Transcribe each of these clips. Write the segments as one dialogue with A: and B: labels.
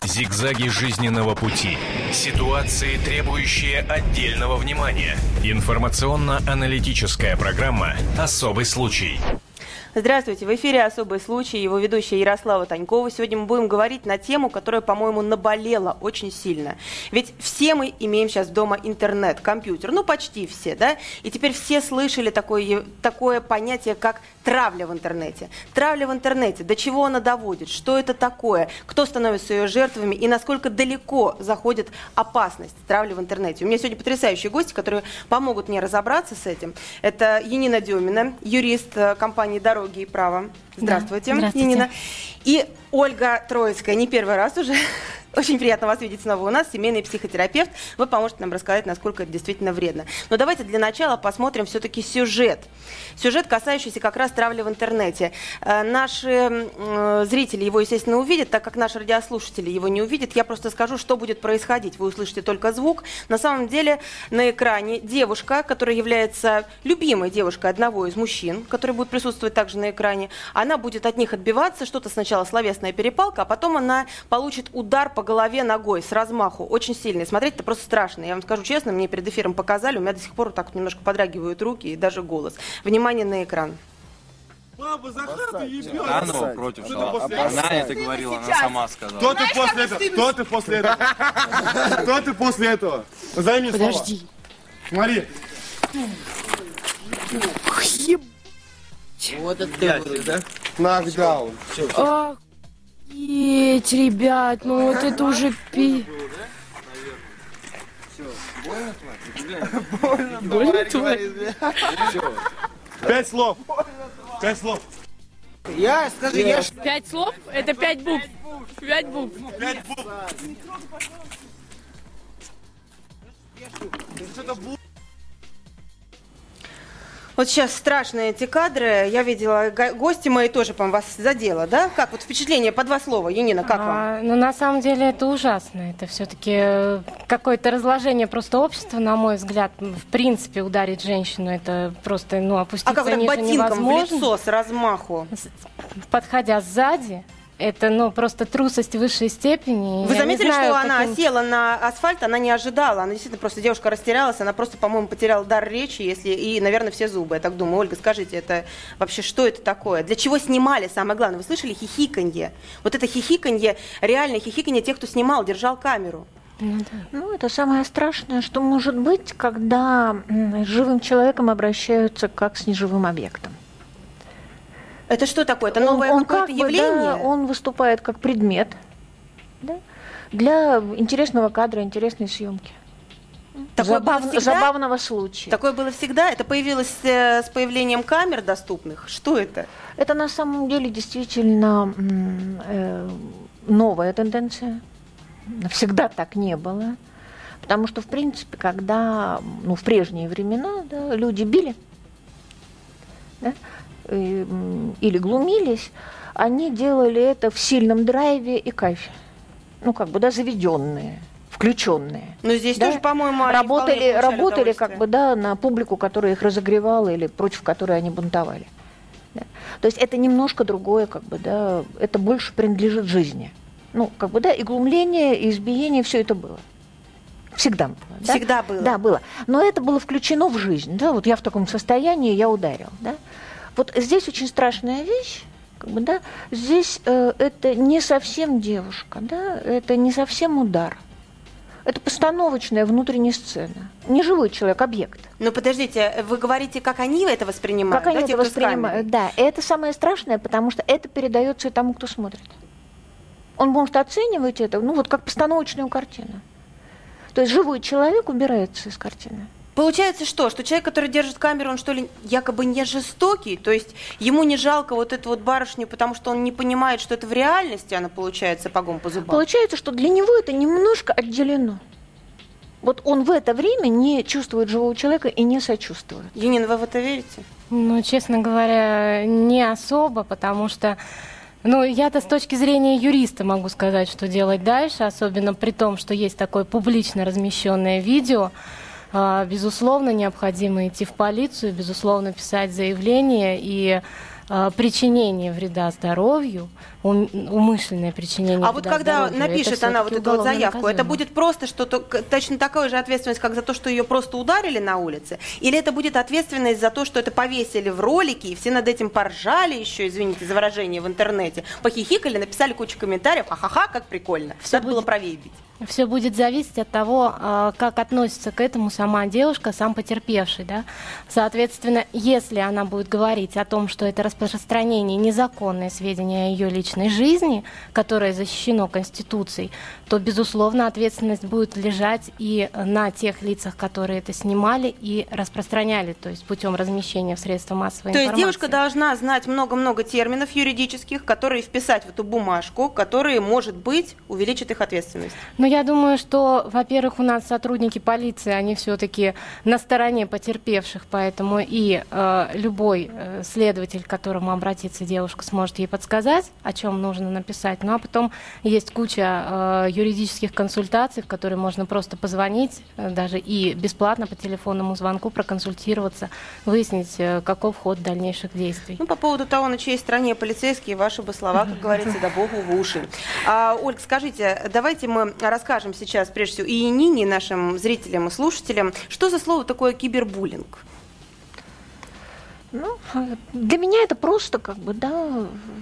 A: Зигзаги жизненного пути. Ситуации, требующие отдельного внимания. Информационно-аналитическая программа «Особый случай».
B: Здравствуйте, в эфире «Особый случай», его ведущая Ярослава Танькова. Сегодня мы будем говорить на тему, которая, по-моему, наболела очень сильно. Ведь все мы имеем сейчас дома интернет, компьютер, ну почти все, да? И теперь все слышали такое понятие, как травля в интернете. Травля в интернете, до чего она доводит, что это такое, кто становится ее жертвами и насколько далеко заходит опасность травли в интернете. У меня сегодня потрясающие гости, которые помогут мне разобраться с этим. Это Янина Демина, юрист компании «Дороги и право». Здравствуйте,
C: да, здравствуйте,
B: Янина. И Ольга Троицкая, не первый раз уже. Очень приятно вас видеть снова у нас, семейный психотерапевт. Вы поможете нам рассказать, насколько это действительно вредно. Но давайте для начала посмотрим все-таки сюжет. Сюжет, касающийся как раз травли в интернете. Наши зрители его, естественно, увидят, так как наши радиослушатели его не увидят. Я просто скажу, что будет происходить. Вы услышите только звук. На самом деле на экране девушка, которая является любимой девушкой одного из мужчин, который будет присутствовать также на экране, она будет от них отбиваться. Что-то сначала словесная перепалка, а потом она получит удар по голове ногой с размаху, очень сильный. Смотреть это просто страшно. Я вам скажу честно, мне перед эфиром показали, у меня до сих пор вот так вот немножко подрагивают руки и даже голос. Внимание на экран.
D: Баба, Захар, ты ебёшь!
E: Она против, что она это говорила, она сама сказала.
D: Кто ты после этого? Кто ты после этого? Кто ты после этого? Назови мне слова.
C: Подожди.
D: Смотри.
F: Вот это ты, да?
D: Нокдаун.
C: Охуеть, ребят, ну вот это уже
F: Больно
D: Пять слов. Пять слов.
F: Я, скажи, я...
C: 5 слов? Это 5 букв. 5 букв.
D: 5 букв.
B: Вот сейчас страшные эти кадры. Я видела, гости мои тоже, по-моему, вас задело, да? Как вот впечатление по 2 слова? Янина, как вам?
C: Ну, на самом деле, это ужасно. Это все-таки какое-то разложение просто общества, на мой взгляд. В принципе, ударить женщину, это просто, ну, опуститься
B: А как так
C: ниже
B: ботинком в
C: невозможно.
B: лицо с размаху?
C: Подходя сзади, это, ну, просто трусость высшей степени.
B: Вы
C: Я
B: заметили,
C: не знаю,
B: что она
C: каким...
B: села на асфальт, она не ожидала. Она действительно просто, девушка растерялась, она просто, по-моему, потеряла дар речи, если и, наверное, все зубы. Я так думаю. Ольга, скажите, это вообще что это такое? Для чего снимали, самое главное? Вы слышали хихиканье? Вот это хихиканье, реальное хихиканье тех, кто снимал, держал камеру.
C: Ну, да.
G: Ну, это самое страшное, что может быть, когда с живым человеком обращаются как с неживым объектом.
B: Это что такое? Это новое какое-то явление?
G: Да, он выступает как предмет, да, для интересного кадра, интересной съемки. Забавного случая.
B: Такое было всегда? Это появилось с появлением камер доступных? Что это?
G: Это на самом деле действительно новая тенденция. Всегда так не было. Потому что, в принципе, когда, ну, в прежние времена, да, люди били, да, или глумились, они делали это в сильном драйве и кайфе. Ну, как бы, да, заведенные, включенные.
B: Но здесь
G: да?
B: тоже, по-моему, они
G: работали как бы, да, на публику, которая их разогревала или против которой они бунтовали. Да? То есть это немножко другое, как бы, да, это больше принадлежит жизни. Ну, как бы, да, и глумление, и избиение, все это было. Всегда было. Да?
B: Всегда было.
G: Да, было. Но это было включено в жизнь. Да? Вот я в таком состоянии, я ударил. Да? Вот здесь очень страшная вещь. Как бы, да? Здесь это не совсем девушка, да? Это не совсем удар. Это постановочная внутренняя сцена. Не живой человек, объект.
B: Но подождите, вы говорите, как они это воспринимают?
G: Как они
B: да,
G: это
B: те, кто
G: воспринимают, да. Это самое страшное, потому что это передается и тому, кто смотрит. Он может оценивать это, ну, вот как постановочную картину. То есть живой человек убирается из картины.
B: Получается что? Что человек, который держит камеру, он что ли якобы не жестокий? То есть ему не жалко вот эту вот барышню, потому что он не понимает, что это в реальности она получает сапогом по зубам?
G: Получается, что для него это немножко отделено. Вот он в это время не чувствует живого человека и не сочувствует.
B: Янина, вы в это верите?
C: Ну, честно говоря, не особо, потому что... Ну, я-то с точки зрения юриста могу сказать, что делать дальше, особенно при том, что есть такое публично размещенное видео. Безусловно, необходимо идти в полицию, безусловно, писать заявление и причинение вреда здоровью умышленное причинение
B: А вот
C: вреда
B: когда
C: здоровью,
B: напишет
C: это
B: она вот
C: всё-таки
B: эту вот
C: уголовно
B: заявку, это
C: наказуемо.
B: будет просто что-то, точно такая же ответственность, как за то, что ее просто ударили на улице? Или это будет ответственность за то, что это повесили в ролике, и все над этим поржали еще, извините за выражение, в интернете, похихикали, написали кучу комментариев, ха-ха-ха, как прикольно,
C: Всё
B: надо было правее бить.
C: Все будет зависеть от того, как относится к этому сама девушка, сам потерпевший. Да? Соответственно, если она будет говорить о том, что это распространение незаконное сведения о ее личной жизни, которое защищено Конституцией, то, безусловно, ответственность будет лежать и на тех лицах, которые это снимали и распространяли, то есть путем размещения в средствах массовой
B: То
C: информации.
B: есть девушка должна знать много-много терминов юридических, которые вписать в эту бумажку, которые, может быть, увеличат их ответственность.
C: Но я думаю, что, во-первых, у нас сотрудники полиции, они все-таки на стороне потерпевших, поэтому и любой следователь, к которому обратится девушка, сможет ей подсказать, о чем нужно написать. Ну а потом есть куча юридических консультаций, в которые можно просто позвонить, даже и бесплатно по телефонному звонку проконсультироваться, выяснить, каков ход дальнейших действий.
B: Ну, по поводу того, на чьей стороне полицейские, ваши бы слова, как говорится, да богу в уши. Ольга, скажите, давайте мы расскажем сейчас, прежде всего, и Нине, нашим зрителям и слушателям, что за слово такое кибербуллинг?
G: Ну, для меня это просто как бы, да,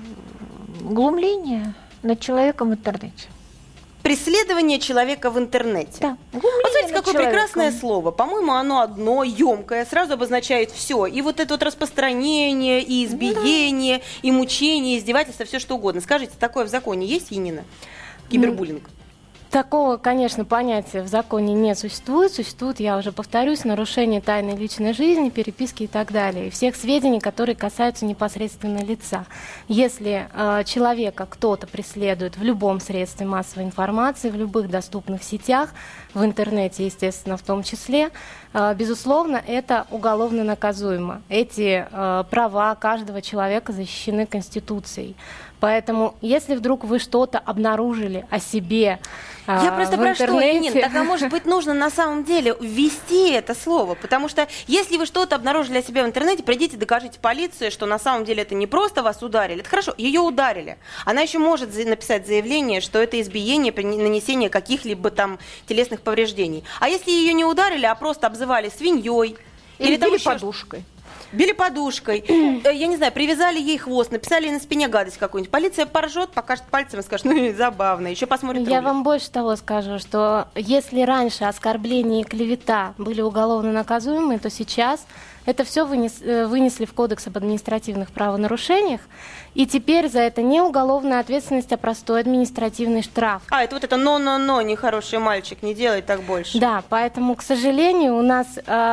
G: глумление над человеком в интернете.
B: Преследование человека в интернете.
G: Да.
B: Вот смотрите, какое прекрасное слово. По-моему, оно одно, емкое, сразу обозначает все. И вот это вот распространение, и избиение, и мучение, и издевательство, все что угодно. Скажите, такое в законе есть, Янина? Кибербуллинг?
C: Такого, конечно, понятия в законе не существует. Существует, я уже повторюсь, нарушение тайны личной жизни, переписки и так далее. И всех сведений, которые касаются непосредственно лица. Если человека кто-то преследует в любом средстве массовой информации, в любых доступных сетях, в интернете, естественно, в том числе, безусловно, это уголовно наказуемо. Эти права каждого человека защищены Конституцией. Поэтому, если вдруг вы что-то обнаружили о себе
B: Я просто
C: в
B: про что,
C: интернете...
B: Янин, тогда, может быть, нужно на самом деле ввести это слово, потому что если вы что-то обнаружили о себе в интернете, придите, докажите полиции, что на самом деле это не просто вас ударили, это хорошо, ее ударили. Она еще может написать заявление, что это избиение при нанесении каких-либо там телесных повреждений. А если ее не ударили, а просто обзывали свиньей или там
G: били
B: еще
G: подушкой.
B: Били подушкой, я не знаю, привязали ей хвост, написали ей на спине гадость какую-нибудь. Полиция поржет, покажет пальцем и скажет, ну забавно, еще посмотрит
C: Я
B: ролик.
C: вам больше того скажу, что если раньше оскорбление и клевета были уголовно наказуемы, то сейчас это все вынесли в Кодекс об административных правонарушениях, и теперь за это не уголовная ответственность, а простой административный штраф.
B: Это вот это но, нехороший мальчик, не делай так больше.
C: Да, поэтому, к сожалению, у нас...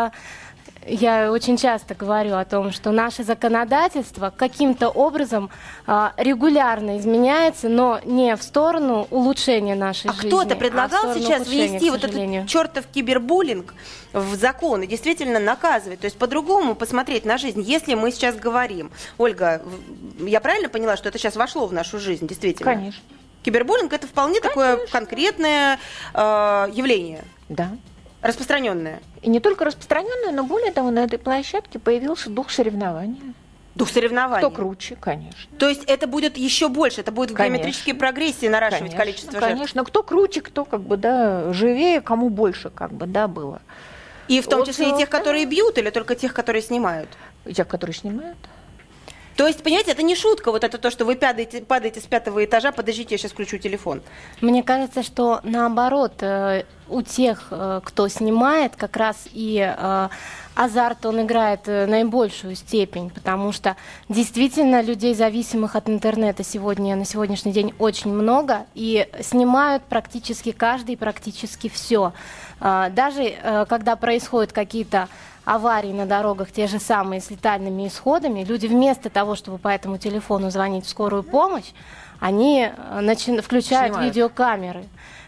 C: Я очень часто говорю о том, что наше законодательство каким-то образом регулярно изменяется, но не в сторону улучшения нашей жизни.
B: Кто-то предлагал
C: в
B: сейчас
C: ухудшения,
B: внести
C: к
B: вот
C: сожалению.
B: этот чертов кибербуллинг в закон и действительно наказывать, то есть по-другому посмотреть на жизнь. Если мы сейчас говорим, Ольга, я правильно поняла, что это сейчас вошло в нашу жизнь, действительно?
G: Конечно.
B: Кибербуллинг – это вполне такое конкретное явление.
G: Да.
B: Распространенное.
G: И не только распространенное, но более того, на этой площадке появился дух соревнования.
B: Дух соревнований.
G: Кто круче, конечно.
B: То есть это будет еще больше, это будет в
G: Конечно.
B: геометрической прогрессии наращивать количество жертв.
G: Конечно, кто круче, кто как бы, да, живее, кому больше как бы, да, было.
B: И в том
G: Вот,
B: числе и тех, которые бьют, или только тех, которые снимают?
G: И тех, которые снимают.
B: То есть, понимаете, это не шутка, вот это то, что вы падаете с 5-го этажа, подождите, я сейчас включу телефон.
C: Мне кажется, что наоборот, у тех, кто снимает, как раз и азарт он играет наибольшую степень, потому что действительно людей, зависимых от интернета, на сегодняшний день очень много, и снимают практически каждый, практически все. Даже когда происходят какие-то аварии на дорогах, те же самые с летальными исходами, люди вместо того, чтобы по этому телефону звонить в скорую помощь, они включают
G: Снимают.
C: видеокамеры.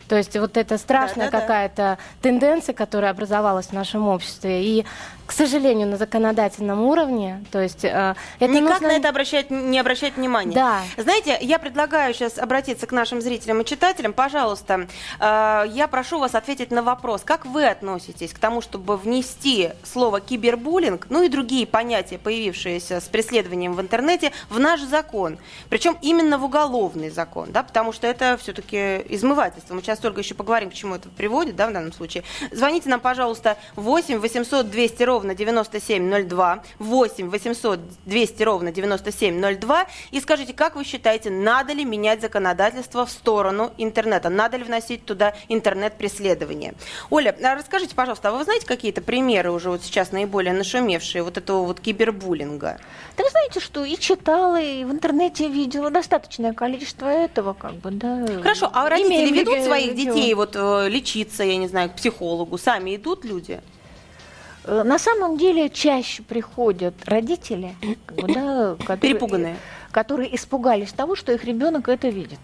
C: То есть вот это страшная какая-то тенденция, которая образовалась в нашем обществе. И, к сожалению, на законодательном уровне, то есть это
B: никак на это не обращать внимания.
C: Да.
B: Знаете, я предлагаю сейчас обратиться к нашим зрителям и читателям. Пожалуйста, я прошу вас ответить на вопрос, как вы относитесь к тому, чтобы внести слово кибербуллинг, ну и другие понятия, появившиеся с преследованием в интернете, в наш закон. Причем именно в уголовный закон, да, потому что это все-таки измывательство. Мы сейчас только еще поговорим, к чему это приводит, да, в данном случае. Звоните нам, пожалуйста, 8 800 200 ровно 9702, 8 800 200 ровно 9702, и скажите, как вы считаете, надо ли менять законодательство в сторону интернета, надо ли вносить туда интернет-преследование? Оля, расскажите, пожалуйста, а вы знаете какие-то примеры уже вот сейчас наиболее нашумевшие вот этого вот кибербуллинга?
G: Да вы знаете, что и читала, и в интернете видела достаточное количество этого, как бы, да.
B: Хорошо, а родители ведут своих детей вот лечиться, я не знаю, к психологу? Сами идут люди?
G: На самом деле чаще приходят родители, как бы, да,
B: перепуганные,
G: которые испугались того, что их ребенок это видит.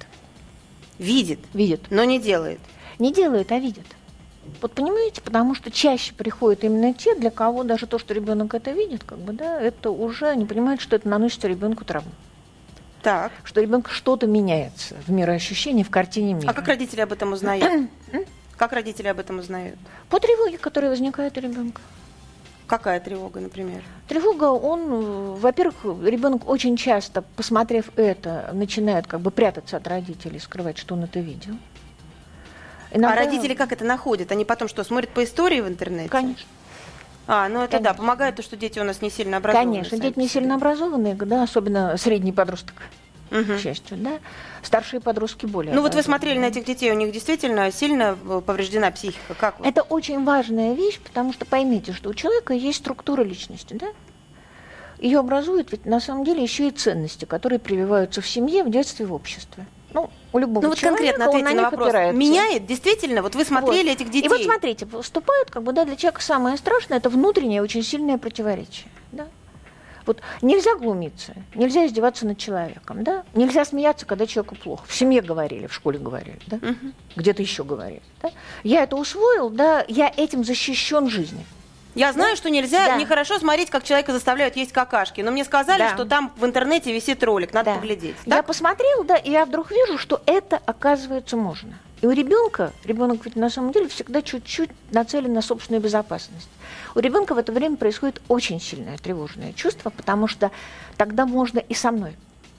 B: Видит, но не делает.
G: Не делает, а видит. Вот понимаете, потому что чаще приходят именно те, для кого даже то, что ребенок это видит, как бы, да, это уже они понимают, что это наносит ребенку травму.
B: Так.
G: Что ребенку что-то меняется в мироощущении, в картине мира.
B: А как родители об этом узнают? Как родители об этом узнают?
G: По тревоге, которая возникает у ребенка.
B: Какая тревога, например?
G: Тревога, во-первых, ребенок очень часто, посмотрев это, начинает как бы прятаться от родителей, скрывать, что он это видел. Иногда...
B: А родители как это находят? Они потом что, смотрят по истории в интернете?
G: Конечно.
B: Ну это да, помогает то, что дети у нас не сильно образованные.
G: Конечно, дети не сильно образованные, да, особенно средний подросток, к счастью, да. Старшие подростки более.
B: Ну вот вы смотрели на этих детей, у них действительно сильно повреждена психика. Как вы?
G: Это очень важная вещь, потому что поймите, что у человека есть структура личности, да? Ее образуют ведь на самом деле еще и ценности, которые прививаются в семье, в детстве, в обществе. Ну, у любого
B: вот
G: человека
B: конкретно ответьте на вопрос.
G: Опирается.
B: Меняет, действительно? Вот вы смотрели этих детей.
G: И вот смотрите, вступают, как бы, да, для человека самое страшное, это внутреннее очень сильное противоречие, да? Вот нельзя глумиться, нельзя издеваться над человеком, да? Нельзя смеяться, когда человеку плохо. В семье говорили, в школе говорили, да? Где-то еще говорили, да? Я это усвоил, да, я этим защищен жизнью.
B: Я знаю, что нельзя, нехорошо смотреть, как человека заставляют есть какашки, но мне сказали, что там в интернете висит ролик, надо поглядеть. Так?
G: Я посмотрела, да, и я вдруг вижу, что это, оказывается, можно. И у ребенок ведь на самом деле всегда чуть-чуть нацелен на собственную безопасность. У ребенка в это время происходит очень сильное тревожное чувство, потому что тогда можно и со мной.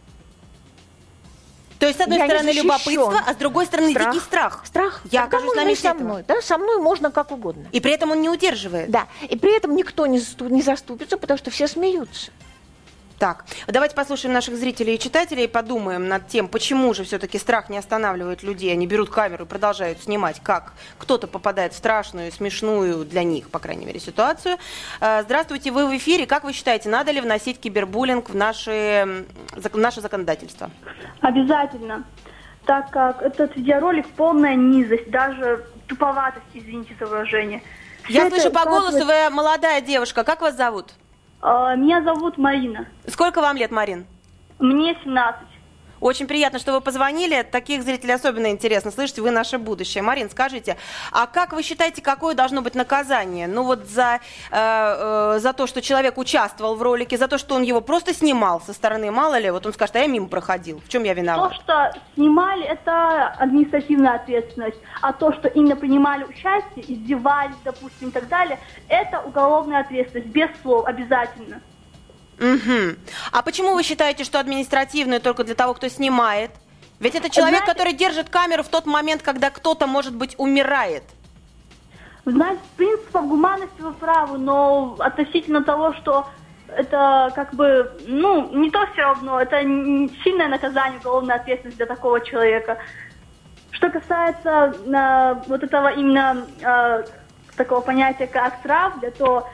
B: То есть, с одной стороны, любопытство, а с другой стороны, дикий страх. Я окажусь на месте
G: со мной, да, со мной можно как угодно.
B: И при этом он не удерживает.
G: Да, и при этом никто не заступится, потому что все смеются.
B: Так, давайте послушаем наших зрителей и читателей и подумаем над тем, почему же все-таки страх не останавливает людей. Они берут камеру и продолжают снимать, как кто-то попадает в страшную, смешную для них, по крайней мере, ситуацию. Здравствуйте, вы в эфире. Как вы считаете, надо ли вносить кибербуллинг в наше законодательство?
H: Обязательно, так как этот видеоролик полная низость, даже туповатость, извините за выражение.
B: Я слышу по голосу, вы молодая девушка. Как вас зовут?
H: Меня зовут Марина.
B: Сколько вам лет, Марин?
H: Мне 17.
B: Очень приятно, что вы позвонили. Таких зрителей особенно интересно. Слышите, вы наше будущее. Марин, скажите, а как вы считаете, какое должно быть наказание? Ну вот за то, что человек участвовал в ролике, за то, что он его просто снимал со стороны, мало ли, вот он скажет, а я мимо проходил. В чем я виноват?
H: То, что снимали, это административная ответственность. А то, что именно принимали участие, издевались, допустим, и так далее, это уголовная ответственность, без слов, обязательно.
B: Угу. А почему вы считаете, что административную только для того, кто снимает? Ведь это человек, который держит камеру в тот момент, когда кто-то, может быть, умирает.
H: Знаете, принципов гуманности вы правы, но относительно того, что это как бы, не то все равно, это сильное наказание, уголовная ответственность для такого человека. Что касается вот этого именно такого понятия, как травля, то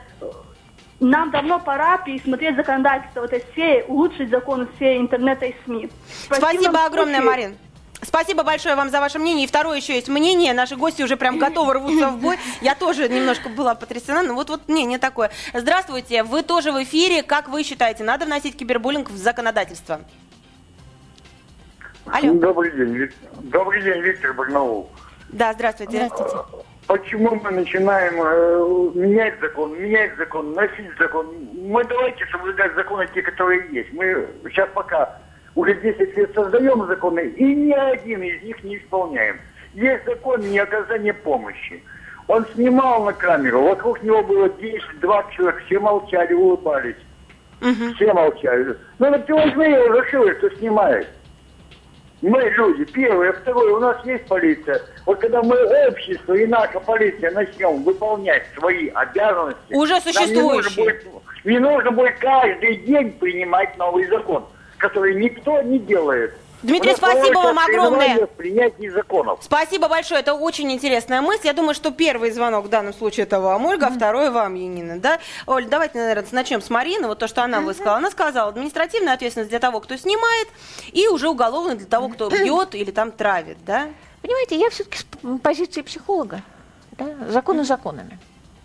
H: нам давно пора пересмотреть законодательство в этой сфере, улучшить законы в сфере интернета и СМИ.
B: Спасибо огромное, Марин. Спасибо большое вам за ваше мнение. И второе еще есть мнение. Наши гости уже прям готовы рвутся в бой. Я тоже немножко была потрясена, но вот мнение такое. Здравствуйте, вы тоже в эфире. Как вы считаете, надо вносить кибербуллинг в законодательство? Алло.
I: Добрый день, Виктор Барнаул.
B: Да, здравствуйте.
C: Здравствуйте.
I: Почему мы начинаем менять закон, носить закон? Мы давайте соблюдать законы те, которые есть. Мы сейчас пока уже 10 лет создаем законы, и ни один из них не исполняем. Есть закон не оказания помощи. Он снимал на камеру, вокруг него было 10-20 человек, все молчали, улыбались. Все молчали. Но на первое решили, что снимает. Мы люди, первое, второе, у нас есть полиция. Вот когда мы общество и наша полиция начнем выполнять свои обязанности,
B: уже существующие.
I: Не нужно будет каждый день принимать новый закон, который никто не делает.
B: Дмитрий, спасибо вам огромное.
I: Принятие законов.
B: Спасибо большое, это очень интересная мысль. Я думаю, что первый звонок в данном случае это вам, Ольга, а второй вам, Янина. Да? Оль, давайте, наверное, начнем с Марины. Вот то, что она высказала. Она сказала, административная ответственность для того, кто снимает, и уже уголовная для того, кто бьет или там травит. Да?
G: Понимаете, я все-таки с позиции психолога. Да? Законы законами.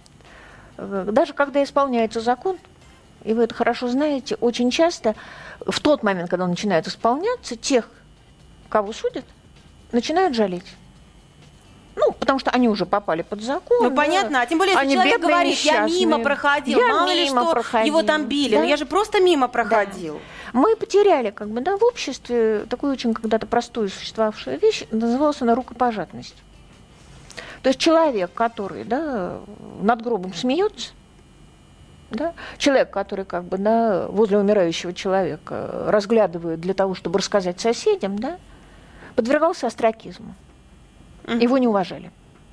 G: Даже когда исполняется закон, и вы это хорошо знаете, очень часто в тот момент, когда он начинает исполняться, тех, кого судят, начинают жалеть. Ну, потому что они уже попали под закон.
B: Ну, понятно, а тем более, если человек говорит, я мимо проходил, мало ли что, его там били, но я же просто мимо проходил.
G: Мы потеряли, как бы, да, в обществе такую очень когда-то простую существовавшую вещь, называлась она рукопожатность. То есть человек, который, да, над гробом смеется, да? Человек, который как бы, да, возле умирающего человека разглядывает для того, чтобы рассказать соседям, да, подвергался остракизму. Его не уважали.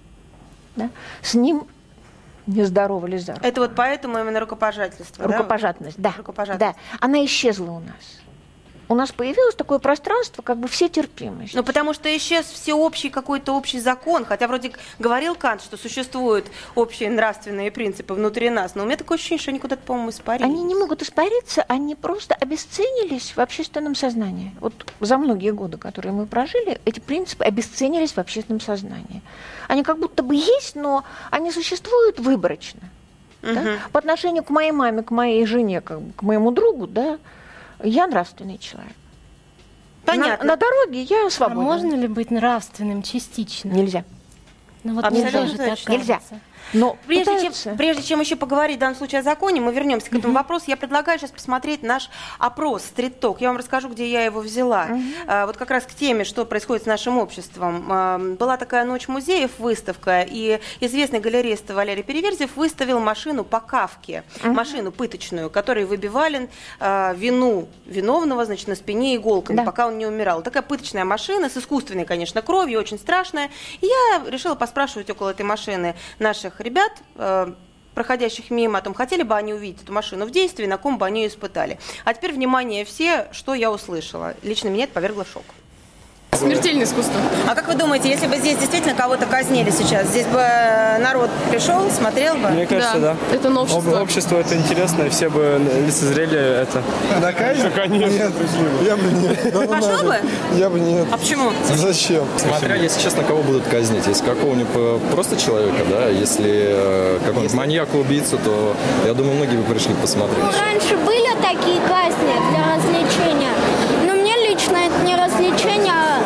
G: Да? С ним не здоровались за руку.
B: Это вот поэтому именно рукопожательство.
G: Рукопожатность, да?
B: Рукопожатность.
G: Да. Она исчезла у нас. У нас появилось такое пространство, как бы вседерпимость.
B: Ну, потому что исчез всеобщий какой-то общий закон, хотя вроде говорил Кант, что существуют общие нравственные принципы внутри нас, но у меня такое ощущение, что они куда-то, по-моему, испарились.
G: Они не могут испариться, они просто обесценились в общественном сознании. Вот за многие годы, которые мы прожили, эти принципы обесценились в общественном сознании. Они как будто бы есть, но они существуют выборочно. Да? По отношению к моей маме, к моей жене, как бы, к моему другу, да, я нравственный человек.
B: Понятно.
G: На дороге я свободна.
C: А можно ли быть нравственным частично?
G: Нельзя.
C: Ну, вот
B: абсолютно
C: мне тоже так
G: нельзя.
C: кажется.
G: Но
B: прежде чем еще поговорить в данном случае о законе, мы вернемся к этому вопросу. Я предлагаю сейчас посмотреть наш опрос Street Talk. Я вам расскажу, где я его взяла. Вот как раз к теме, что происходит с нашим обществом. Была такая ночь музеев, выставка, и известный галерист Валерий Переверзев выставил машину по Кафке, машину пыточную, которой выбивали вину виновного, значит, на спине иголками, пока он не умирал. Такая пыточная машина с искусственной, конечно, кровью, очень страшная. И я решила поспрашивать около этой машины наших ребят, проходящих мимо, о том, хотели бы они увидеть эту машину в действии, на ком бы они ее испытали. А теперь, внимание, все, что я услышала. Лично меня это повергло в шок.
J: Смертельное искусство.
B: А как вы думаете, если бы здесь действительно кого-то казнили сейчас, здесь бы народ пришел, смотрел бы?
J: Мне кажется, да. Это новшество.
K: Обществу это интересно, и все бы лицезрели это.
L: На казнь?
K: Конечно.
L: Нет, я бы нет.
B: Пошел бы?
L: Я бы нет.
B: А почему?
L: Зачем?
M: Смотря, если честно, кого будут казнить. Если какого-нибудь просто человека, да, если какого-нибудь маньяка, убийцу, то, я думаю, многие бы пришли посмотреть.
N: Раньше были такие казни для развлечения, но мне лично это не развлечение, а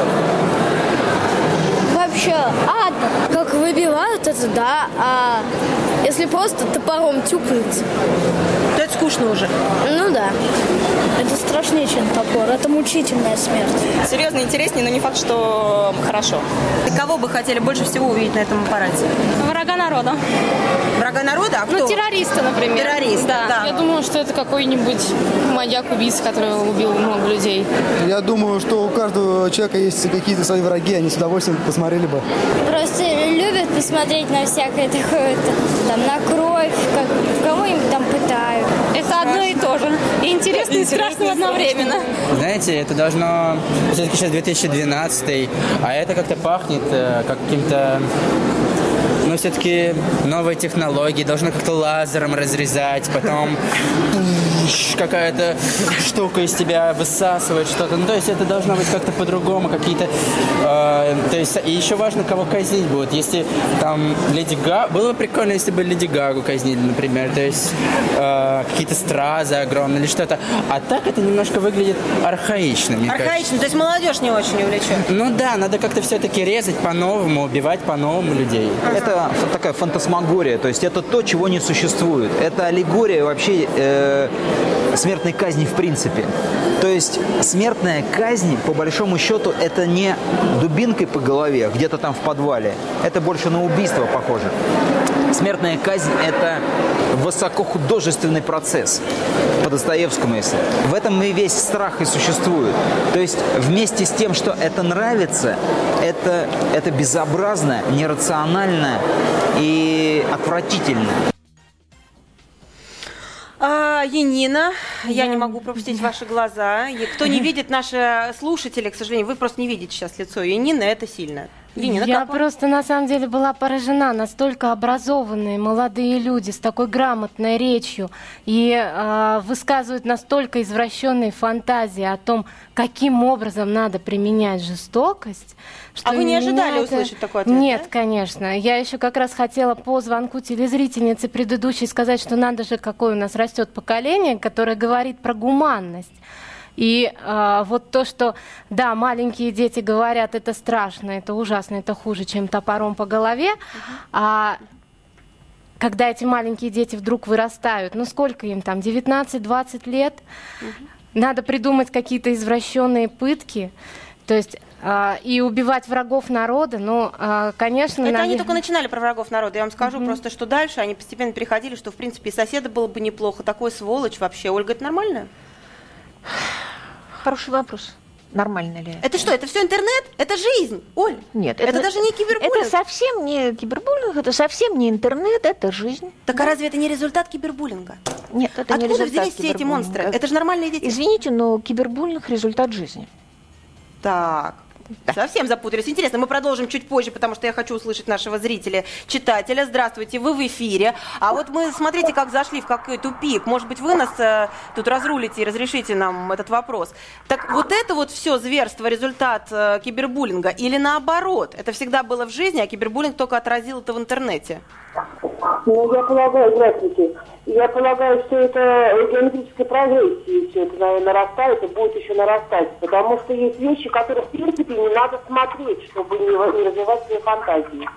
N: вообще ад.
O: Как выбивают, это да, а если просто топором тюкнуть,
B: то это скучно уже.
O: Ну да. Это страшнее, чем топор. Это мучительная смерть.
P: Серьезно интереснее, но не факт, что хорошо.
B: И кого бы хотели больше всего увидеть на этом аппарате?
O: Врага народа.
B: Врага народа? А кто?
O: Ну, террориста, например.
B: Террорист, да.
O: Я думаю, что это какой-нибудь маньяк-убийца, который убил много людей.
L: Я думаю, что у каждого человека есть какие-то свои враги, они с удовольствием посмотрели бы.
N: Просто любят посмотреть на всякое такое, там, на кровь, как кого-нибудь там пытают.
O: Это одно и то же. И интересно, и страшно одновременно.
Q: Знаете, это должно... Все-таки сейчас 2012, а это как-то пахнет как каким-то... Но все-таки новые технологии, должно как-то лазером разрезать, потом какая-то штука из тебя высасывает что-то. Ну, то есть это должно быть как-то по-другому, какие-то... то есть, и еще важно, кого казнить будут. Если там Леди Гагу... Было бы прикольно, если бы Леди Гагу казнили, например. То есть какие-то стразы огромные или что-то. А так это немножко выглядит архаично, мне кажется.
B: Архаично, то есть молодежь не очень увлечет.
Q: Ну да, надо как-то все-таки резать по-новому, убивать по-новому людей.
R: Это такая фантасмагория, то есть это то, чего не существует. Это аллегория вообще смертной казни в принципе. То есть смертная казнь, по большому счету, это не дубинкой по голове, где-то там в подвале. Это больше на убийство похоже. Смертная казнь – это высокохудожественный процесс, по Достоевскому, если. В этом и весь страх и существует. То есть вместе с тем, что это нравится, это безобразно, нерационально и отвратительно.
B: Янина, я не могу пропустить ваши глаза. И кто не видит, наши слушатели, к сожалению, вы просто не видите сейчас лицо Янины, это сильно. Янина,
C: я просто на самом деле была поражена, настолько образованные молодые люди с такой грамотной речью и высказывают настолько извращенные фантазии о том, каким образом надо применять жестокость. Что
B: вы не ожидали услышать такой ответ?
C: Нет,
B: да?
C: конечно. Я еще как раз хотела по звонку телезрительницы предыдущей сказать, что надо же, какое у нас растет поколение, которое говорит про гуманность. И вот то, что, да, маленькие дети говорят, это страшно, это ужасно, это хуже, чем топором по голове, а когда эти маленькие дети вдруг вырастают, ну сколько им там, 19-20 лет, надо придумать какие-то извращенные пытки, то есть и убивать врагов народа, ну, конечно...
B: Это они только начинали про врагов народа. Я вам скажу просто, что дальше они постепенно переходили, что, в принципе, и соседа было бы неплохо. Такой сволочь вообще. Ольга, это нормально?
G: Хороший вопрос. Нормально ли?
B: Это что, это все интернет? Это жизнь, Оль?
G: Нет.
B: Это даже не кибербуллинг?
G: Это совсем не кибербуллинг, это совсем не интернет, это жизнь.
B: Так а разве это не результат кибербуллинга?
G: Нет, это не результат
B: кибербуллинга. Откуда взялись все эти монстры? Это же нормальные дети.
G: Извините, но кибербуллинг – результат жизни.
B: Так. Да. Совсем запутались. Интересно, мы продолжим чуть позже, потому что я хочу услышать нашего зрителя, читателя. Здравствуйте, вы в эфире. А вот мы, смотрите, как зашли в какой тупик. Может быть, вы нас тут разрулите и разрешите нам этот вопрос. Так вот это вот все зверство, результат кибербуллинга или наоборот? Это всегда было в жизни, а кибербуллинг только отразил это в интернете?
S: Ну, я полагаю, здравствуйте. Я полагаю, что это геометрической прогрессии все это, наверное, нарастает и будет еще нарастать. Потому что есть вещи, которые, в принципе, не надо смотреть, чтобы не развивать свои фантазии.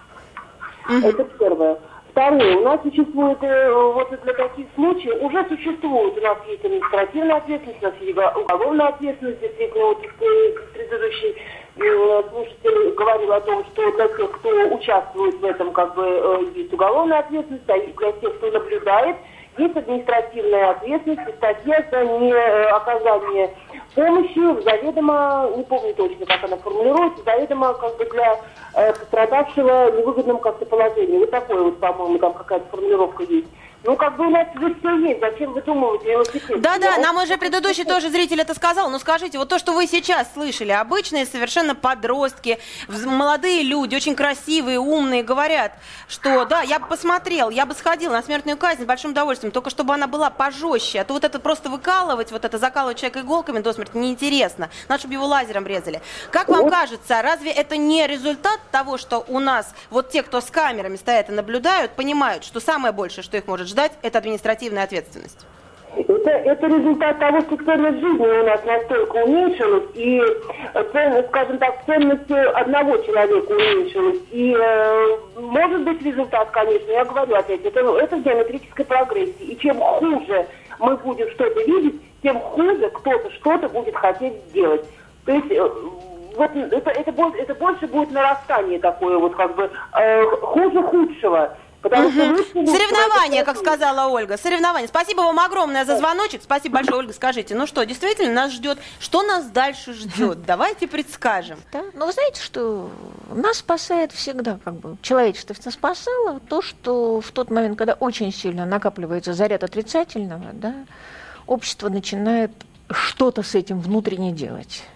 S: Это первое. Второе. У нас существует, вот для таких случаев, уже существует. У нас есть административная ответственность, у нас есть уголовная ответственность. Действительно, вот предыдущий слушатель говорил о том, что для тех, кто участвует в этом, как бы есть уголовная ответственность, а для тех, кто наблюдает, есть административная ответственность и статья за неоказание помощи заведомо, не помню точно, как она формулируется, заведомо как бы для пострадавшего невыгодном как-то положении. Вот такое вот, по-моему, там какая-то формулировка есть. Ну, как бы у нас уже все есть. Зачем вы думаете велосипед?
B: Да, нам уже предыдущий тоже зритель это сказал. Ну, скажите, вот то, что вы сейчас слышали, обычные совершенно подростки, молодые люди, очень красивые, умные, говорят, что да, я бы посмотрел, я бы сходил на смертную казнь с большим удовольствием, только чтобы она была пожестче. А то вот это просто выкалывать, вот это закалывать человека иголками до смерти неинтересно. Надо, чтобы его лазером резали. Как вам кажется, разве это не результат того, что у нас вот те, кто с камерами стоят и наблюдают, понимают, что самое большее, что их может ждать, это административная ответственность?
S: Это результат того, что ценность жизни у нас настолько уменьшилась, и, скажем так, ценность одного человека уменьшилась. И может быть результат, конечно, я говорю опять, это геометрическая прогрессия. И чем хуже мы будем что-то видеть, тем хуже кто-то что-то будет хотеть сделать. То есть вот это больше будет нарастание такое, вот как бы хуже худшего.
B: Соревнования, как сказала Ольга, соревнования. Спасибо вам огромное за звоночек. Спасибо большое, Ольга. Скажите, ну что, действительно нас ждет? Что нас дальше ждет? Давайте предскажем.
G: Да? Ну, вы знаете, что нас спасает всегда, как бы, человечество спасало то, что в тот момент, когда очень сильно накапливается заряд отрицательного, да, общество начинает что-то с этим внутренне делать.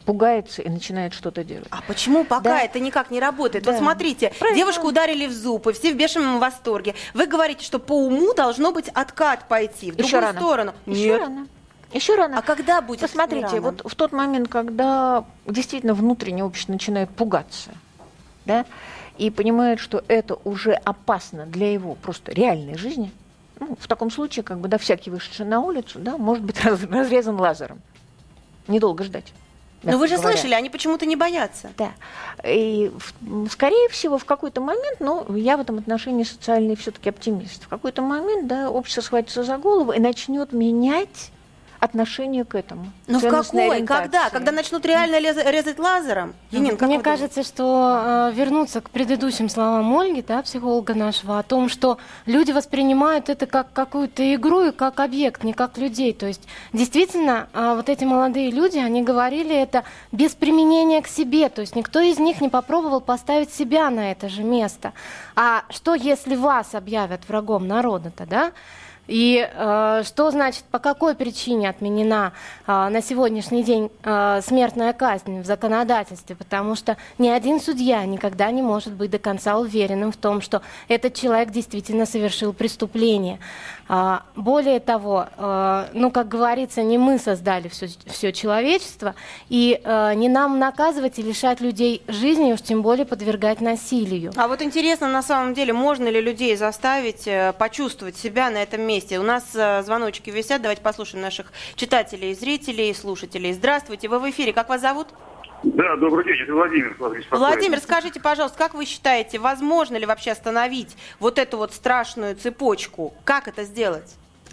G: пугается и начинает что-то делать.
B: А почему пока это никак не работает?
G: Да.
B: Вот смотрите,
G: Правильно.
B: девушку ударили в зуб, и все в бешеном восторге. Вы говорите, что по уму должно быть откат пойти в другую сторону.
G: Еще рано. Еще рано.
B: А когда будет?
G: Посмотрите, вот в тот момент, когда действительно внутреннее общество начинает пугаться, да, и понимает, что это уже опасно для его просто реальной жизни, ну, в таком случае, как бы, да, всякий вышедший на улицу, да, может быть разрезан лазером. Недолго ждать.
B: Но вы же слышали, они почему-то не боятся.
G: Да. И, скорее всего, в какой-то момент, ну, я в этом отношении социальный все-таки оптимист, в какой-то момент, да, общество схватится за голову и начнет менять отношение к этому.
B: Но в какой? Когда? Когда начнут реально резать лазером?
C: Янин, мне кажется, что вернуться к предыдущим словам Ольги, да, психолога нашего, о том, что люди воспринимают это как какую-то игру и как объект, не как людей. То есть действительно вот эти молодые люди, они говорили это без применения к себе. То есть никто из них не попробовал поставить себя на это же место. А что, если вас объявят врагом народа-то, да? И что значит, по какой причине отменена на сегодняшний день смертная казнь в законодательстве? Потому что ни один судья никогда не может быть до конца уверенным в том, что этот человек действительно совершил преступление. Более того, ну, как говорится, не мы создали все человечество, и не нам наказывать и лишать людей жизни, уж тем более подвергать насилию.
B: А вот интересно, на самом деле, можно ли людей заставить почувствовать себя на этом месте? У нас звоночки висят, давайте послушаем наших читателей, зрителей, слушателей. Здравствуйте, вы в эфире, как вас зовут?
I: Да, добрый день, это Владимир.
B: Владимир, скажите, пожалуйста, как вы считаете, возможно ли вообще остановить вот эту вот страшную цепочку? Как это сделать?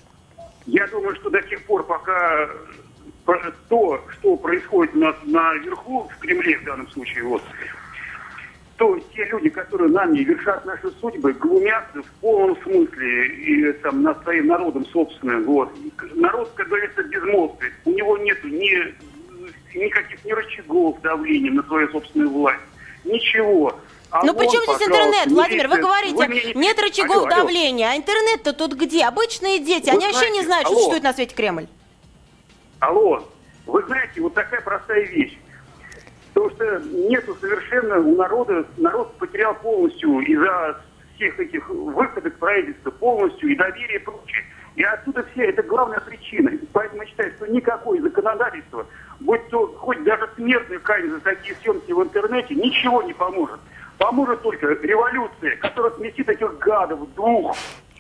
I: Я думаю, что до тех пор, пока то, что происходит у нас наверху, в Кремле в данном случае, вот, то те люди, которые нами вершат наши судьбы, глумятся в полном смысле и там над своим народом собственным. Вот. Народ, как говорится, безмозглый. У него нету никаких ни рычагов давления на свою собственную власть. Ничего.
B: Ну при чем здесь интернет, Владимир? Вы говорите, нет рычагов давления. А интернет-то тут где? Обычные дети, они вообще не знают, что существует на свете Кремль.
I: Алло, вы знаете, вот такая простая вещь. Потому что нету совершенно у народа, народ потерял полностью из-за всех этих выходок правительства полностью и доверие и прочее. И отсюда все, это главная причина. Поэтому я считаю, что никакое законодательство, будь то хоть даже смертную казнь за такие съемки в интернете, ничего не поможет. Поможет только революция, которая сместит этих гадов, дух.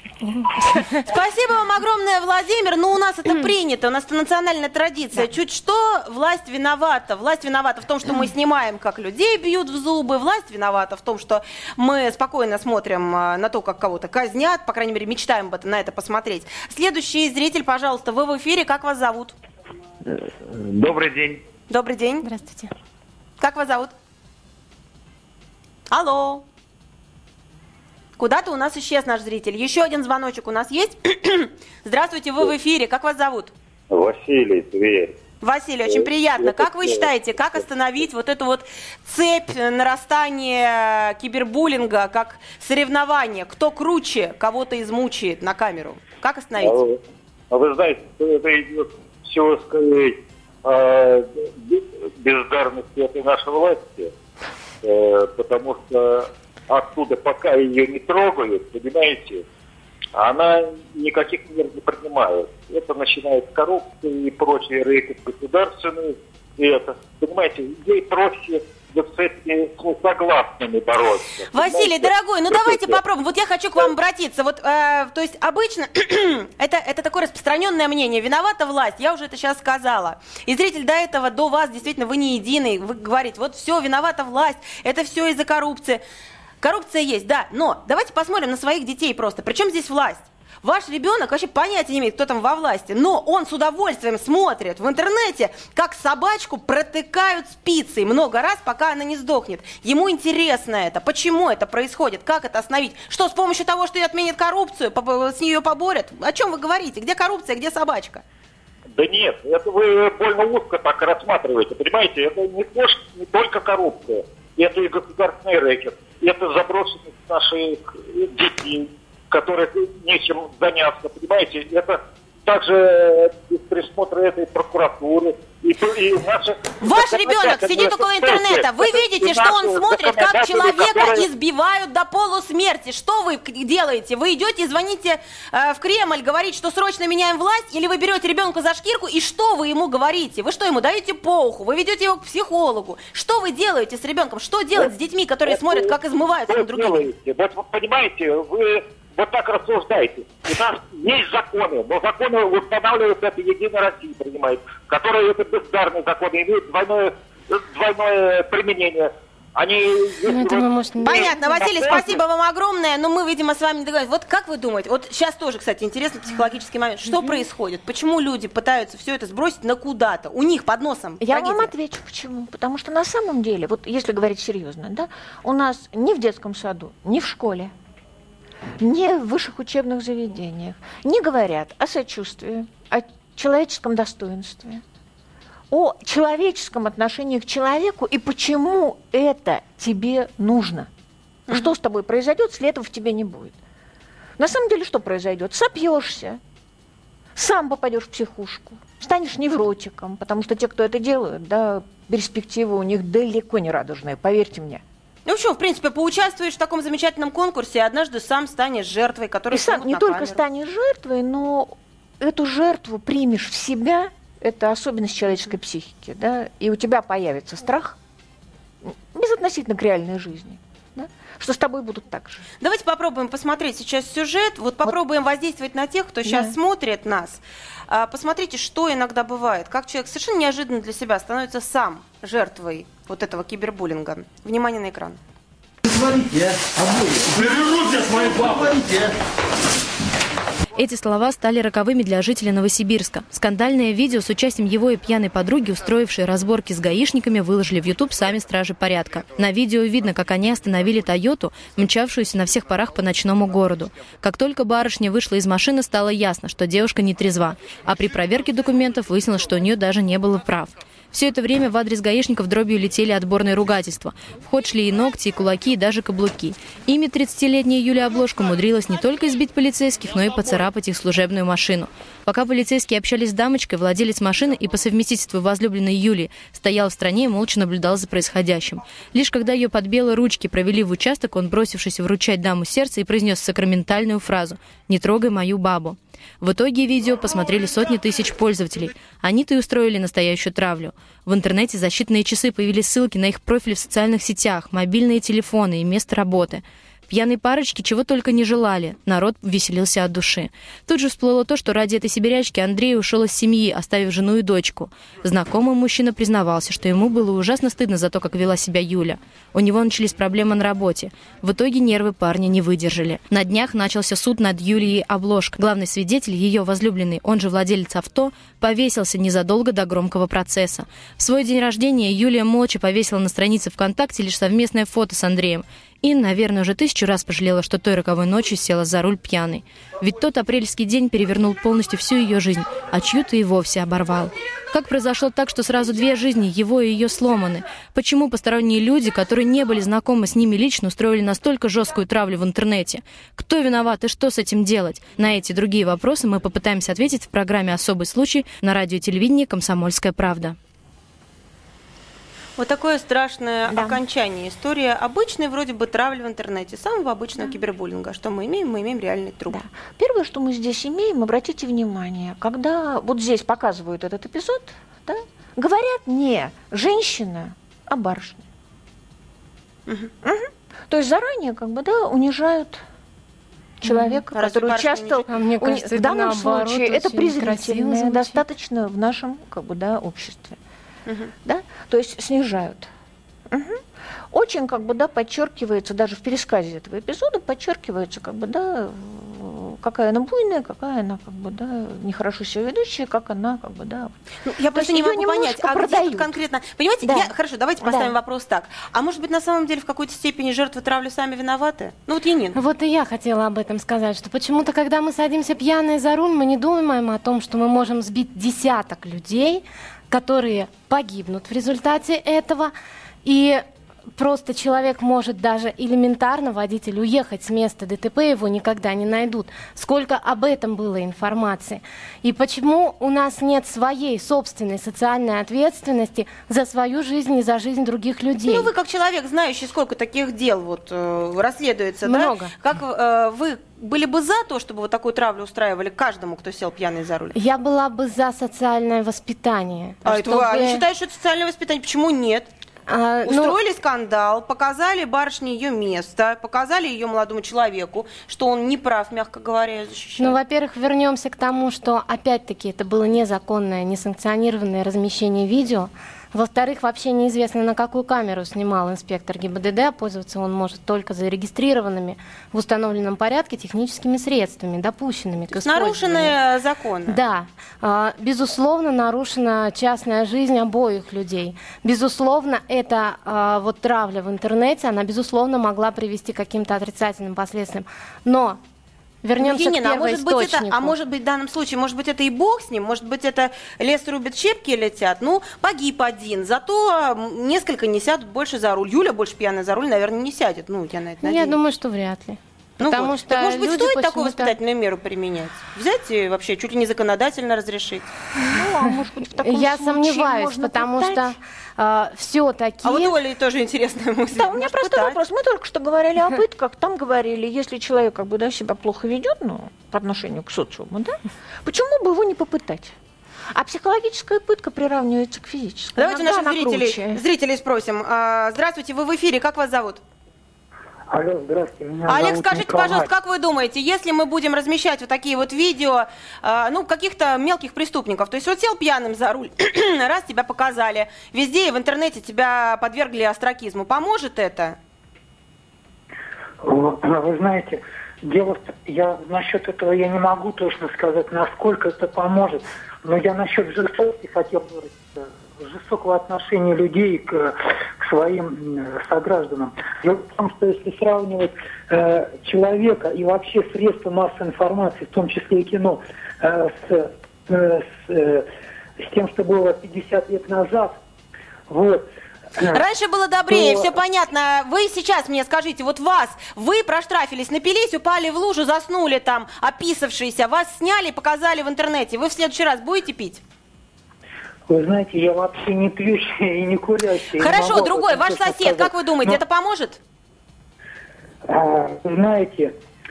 B: Спасибо вам огромное, Владимир. Ну, у нас это принято, у нас это национальная традиция. Да. Чуть что, власть виновата. Власть виновата в том, что мы снимаем, как людей бьют в зубы. Власть виновата в том, что мы спокойно смотрим на то, как кого-то казнят. По крайней мере, мечтаем на это посмотреть. Следующий зритель, пожалуйста, вы в эфире. Как вас зовут?
T: Добрый день.
B: Добрый день.
C: Здравствуйте.
B: Как вас зовут? Алло. Куда-то у нас исчез наш зритель. Еще один звоночек у нас есть. Здравствуйте, вы в эфире. Как вас зовут?
T: Василий, Тверь.
B: Василий, очень приятно. Как вы считаете, как остановить вот эту вот цепь нарастания кибербуллинга, как соревнование? Кто круче кого-то измучает на камеру? Как остановить?
T: А вы знаете, это идет все скорее бездарности этой нашей власти, потому что оттуда, пока ее не трогают, понимаете, она никаких мер не принимает. Это начинает коррупция и прочие рейки государственные. И это, понимаете, ей проще с этими согласными бороться.
B: Василий, дорогой, ну давайте попробуем. Вот я хочу к вам обратиться. Вот, то есть обычно это такое распространенное мнение. Виновата власть, я уже это сейчас сказала. И зритель до этого, до вас, действительно, вы не единый. Вы говорите, вот все, виновата власть, это все из-за коррупции. Коррупция есть, да, но давайте посмотрим на своих детей просто. Причем здесь власть? Ваш ребенок вообще понятия не имеет, кто там во власти, но он с удовольствием смотрит в интернете, как собачку протыкают спицей много раз, пока она не сдохнет. Ему интересно это. Почему это происходит? Как это остановить? Что, с помощью того, что отменят коррупцию, с нее поборят? О чем вы говорите? Где коррупция, где собачка?
T: Да нет, это вы больно узко так рассматриваете, понимаете? Это не только коррупция, это и государственный рэкет, это заброшенность наших детей, которых нечем заняться, понимаете? Это также без присмотра этой прокуратуры.
B: Ваш ребенок сидит около интернета. Вы видите, что он смотрит, как человека избивают до полусмерти. Что вы делаете? Вы идете и звоните в Кремль, говорите, что срочно меняем власть, или вы берете ребенка за шкирку, и что вы ему говорите? Вы что, ему даете по уху? Вы ведете его к психологу? Что вы делаете с ребенком? Что делать с детьми, которые смотрят, как измываются над другими?
T: Вот вы понимаете, вы вот так рассуждаете. У нас есть законы, но законы устанавливают это Единая Россия, принимает, которые это бездарные законы, имеют двойное применение.
B: Понятно, Василий, спасибо вам огромное, но мы, видимо, с вами не договорились. Вот как вы думаете, вот сейчас тоже, кстати, интересный психологический момент, что происходит? Почему люди пытаются все это сбросить на куда-то? У них под носом
G: Я вам отвечу, почему. Потому что на самом деле, вот если говорить серьезно, да, у нас ни в детском саду, ни в школе, ни в высших учебных заведениях не говорят о сочувствии, о человеческом достоинстве, о человеческом отношении к человеку и почему это тебе нужно. Что с тобой произойдет, если этого в тебе не будет. На самом деле что произойдет? Сопьешься, сам попадешь в психушку, станешь невротиком, потому что те, кто это делают, да, перспективы у них далеко не радужные, поверьте мне.
B: Ну, в общем, в принципе, поучаствуешь в таком замечательном конкурсе, и однажды сам станешь жертвой, которую
G: сам не только станешь жертвой, но эту жертву примешь в себя, это особенность человеческой психики, да, и у тебя появится страх безотносительно к реальной жизни, да, что с тобой будут так же.
B: Давайте попробуем посмотреть сейчас сюжет, вот попробуем воздействовать на тех, кто сейчас смотрит нас. Посмотрите, что иногда бывает, как человек совершенно неожиданно для себя становится сам жертвой вот этого кибербуллинга. Внимание на экран.
F: Говорите,
D: Берегут здесь мои бабы.
U: Эти слова стали роковыми для жителя Новосибирска. Скандальное видео с участием его и пьяной подруги, устроившей разборки с гаишниками, выложили в YouTube сами стражи порядка. На видео видно, как они остановили «Тойоту», мчавшуюся на всех парах по ночному городу. Как только барышня вышла из машины, стало ясно, что девушка не трезва. А при проверке документов выяснилось, что у нее даже не было прав. Все это время в адрес гаишников дробью летели отборные ругательства. В ход шли и ногти, и кулаки, и даже каблуки. Ими 30-летняя Юлия Облошко умудрилась не только избить полицейских, но и поцарапать их служебную машину. Пока полицейские общались с дамочкой, владелец машины и по совместительству возлюбленной Юлии стоял в стороне и молча наблюдал за происходящим. Лишь когда ее под белые ручки провели в участок, он, бросившись вручать даму сердце, и произнес сакраментальную фразу «Не трогай мою бабу». В итоге видео посмотрели сотни тысяч пользователей. Они-то и устроили настоящую травлю. В интернете за считанные часы появились ссылки на их профили в социальных сетях, мобильные телефоны и место работы. Пьяные парочки чего только не желали. Народ веселился от души. Тут же всплыло то, что ради этой сибирячки Андрей ушел из семьи, оставив жену и дочку. Знакомый мужчина признавался, что ему было ужасно стыдно за то, как вела себя Юля. У него начались проблемы на работе. В итоге нервы парня не выдержали. На днях начался суд над Юлией Облошко. Главный свидетель, ее возлюбленный, он же владелец авто, повесился незадолго до громкого процесса. В свой день рождения Юлия молча повесила на странице ВКонтакте лишь совместное фото с Андреем. И, наверное, уже 1000 раз пожалела, что той роковой ночью села за руль пьяной. Ведь тот апрельский день перевернул полностью всю ее жизнь, а чью-то и вовсе оборвал. Как произошло так, что сразу 2 жизни, его и ее, сломаны? Почему посторонние люди, которые не были знакомы с ними лично, устроили настолько жесткую травлю в интернете? Кто виноват и что с этим делать? На эти и другие вопросы мы попытаемся ответить в программе «Особый случай» на радио и телевидении «Комсомольская правда».
B: Вот такое страшное окончание. История обычной вроде бы травли в интернете, самого обычного кибербуллинга. Что мы имеем? Мы имеем реальный труп.
G: Да. Первое, что мы здесь имеем, обратите внимание, когда вот здесь показывают этот эпизод, да, говорят не женщина, а барышня. То есть заранее как бы, да, унижают человека, который участвовал.
C: Мне кажется,
G: в данном
C: наоборот,
G: случае это презрительное
C: красиво
G: достаточно в нашем как бы, да, обществе. Да? То есть снижают. Очень как бы, да, подчеркивается, даже в пересказе этого эпизода подчеркивается, как бы, да, какая она буйная, какая она как бы, да, нехорошо себя ведущая, как она как бы, да.
B: Ну, я просто не могу понять, а где тут конкретно. Понимаете, хорошо, давайте поставим вопрос так. А может быть, на самом деле в какой-то степени жертвы травли сами виноваты? Ну вот Янин.
C: Вот и я хотела об этом сказать, что почему-то, когда мы садимся пьяные за руль, мы не думаем о том, что мы можем сбить десяток людей, которые погибнут в результате этого. И просто человек может даже элементарно, водитель, уехать с места ДТП, его никогда не найдут. Сколько об этом было информации. И почему у нас нет своей собственной социальной ответственности за свою жизнь и за жизнь других людей?
B: Ну, вы как человек, знающий, сколько таких дел вот расследуется,
C: много.
B: Да? Как вы были бы за то, чтобы вот такую травлю устраивали каждому, кто сел пьяный за руль?
C: Я была бы за социальное воспитание.
B: Они считают, что это социальное воспитание. Почему нет? Устроили скандал, показали барышне ее место, показали ее молодому человеку, что он не прав, мягко говоря, ее защищать.
C: Ну, во-первых, вернемся к тому, что, опять-таки, это было незаконное, несанкционированное размещение видео. Во-вторых, вообще неизвестно, на какую камеру снимал инспектор ГИБДД, а пользоваться он может только зарегистрированными в установленном порядке техническими средствами, допущенными к использованию.
B: Нарушенные законы.
C: Да. Безусловно, нарушена частная жизнь обоих людей. Безусловно, эта вот травля в интернете, она, безусловно, могла привести к каким-то отрицательным последствиям. Но вернемся к первоисточнику.
B: А может быть, в данном случае, может быть, это и бог с ним, может быть, это лес рубит, щепки летят. Ну, погиб один, зато несколько не сядут больше за руль. Юля больше пьяная за руль, наверное, не сядет. Ну, я на это надеюсь.
C: Я думаю, что вряд ли.
B: Ну
C: Потому
B: вот.
C: что
B: Так, может быть, стоит такую
C: почему-то
B: воспитательную меру применять? Взять и вообще чуть ли не законодательно разрешить?
G: Ну, а может быть, в таком
C: Я
G: случае
C: сомневаюсь,
G: можно
C: потому
G: пытать?
C: что все-таки...
B: А вот у Оли тоже интересная мысль.
G: Да, у меня простой вопрос. Мы только что говорили о пытках. Там говорили, если человек как бы, да, себя плохо ведет, ну, по отношению к социуму, да, почему бы его не попытать? А психологическая пытка приравнивается к физической.
B: Давайте
G: Иногда
B: наших зрителей спросим. Здравствуйте, вы в эфире, как вас зовут?
A: Алло, здравствуйте, меня
B: Олег,
A: зовут
B: скажите,
A: Николай.
B: пожалуйста, как вы думаете, если мы будем размещать вот такие вот видео, ну, каких-то мелких преступников, то есть вот сел пьяным за руль, раз тебя показали, везде и в интернете тебя подвергли остракизму, поможет это?
A: Вы знаете, я насчет этого я не могу точно сказать, насколько это поможет, но я насчет жестокости хотел говорить, жестокого отношения людей к своим согражданам. Дело в том, что если сравнивать человека и вообще средства массовой информации, в том числе и кино, с тем, что было 50 лет назад, вот.
B: Раньше было добрее, все понятно. Вы сейчас мне скажите, вот вы проштрафились, напились, упали в лужу, заснули там, описавшиеся, вас сняли, показали в интернете. Вы в следующий раз будете пить?
A: Вы знаете, я вообще не пьющий и не курящий.
B: Хорошо, другой, ваш сосед, как вы думаете, это поможет?
A: Знаете,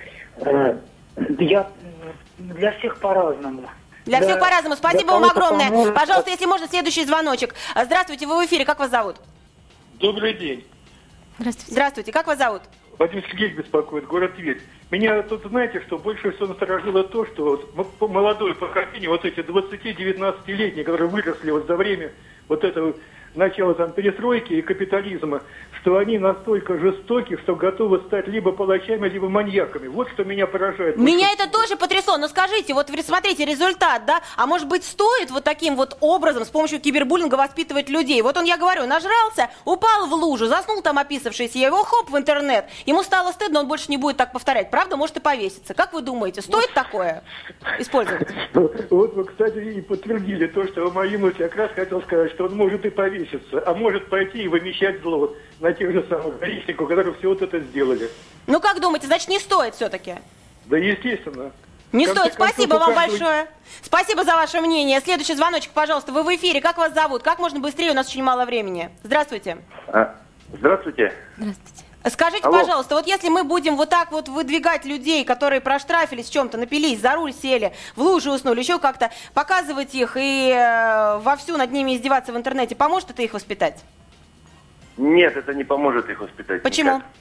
A: для всех по-разному.
B: Для всех по-разному. Спасибо вам огромное. Пожалуйста, если можно, следующий звоночек. Здравствуйте, вы в эфире, как вас зовут?
V: Добрый день.
B: Здравствуйте, как вас зовут?
V: Вадим Сергеевич беспокоит, город Тверь. Меня тут, знаете, что больше всего насторожило то, что молодое поколение, вот эти 20-19-летние, которые выросли вот за время вот этого начала там перестройки и капитализма, что они настолько жестоки, что готовы стать либо палачами, либо маньяками. Вот что меня поражает.
B: Меня это тоже потрясло. Но скажите, вот смотрите, результат, да? А может быть, стоит вот таким вот образом, с помощью кибербуллинга воспитывать людей? Вот он, я говорю, нажрался, упал в лужу, заснул там описавшийся, его хоп в интернет. Ему стало стыдно, он больше не будет так повторять. Правда, может и повеситься. Как вы думаете, стоит такое использовать?
V: Вот вы, кстати, и подтвердили то, что в моей мысли как раз хотел сказать, что он может и повеситься, а может пойти и вымещать зло на тех же самых гаишников, которые все вот это сделали.
B: Ну как думаете, значит не стоит все-таки?
V: Да естественно.
B: Не стоит. Спасибо вам большое. Спасибо за ваше мнение. Следующий звоночек, пожалуйста. Вы в эфире. Как вас зовут? Как можно быстрее? У нас очень мало времени. Здравствуйте.
T: Здравствуйте.
C: Здравствуйте.
B: Скажите, пожалуйста, вот если мы будем вот так вот выдвигать людей, которые проштрафились в чем-то, напились, за руль сели, в лужу уснули, еще как-то, показывать их и вовсю над ними издеваться в интернете, поможет это их воспитать?
T: Нет, это не поможет их воспитать.
B: Почему?
T: Никак.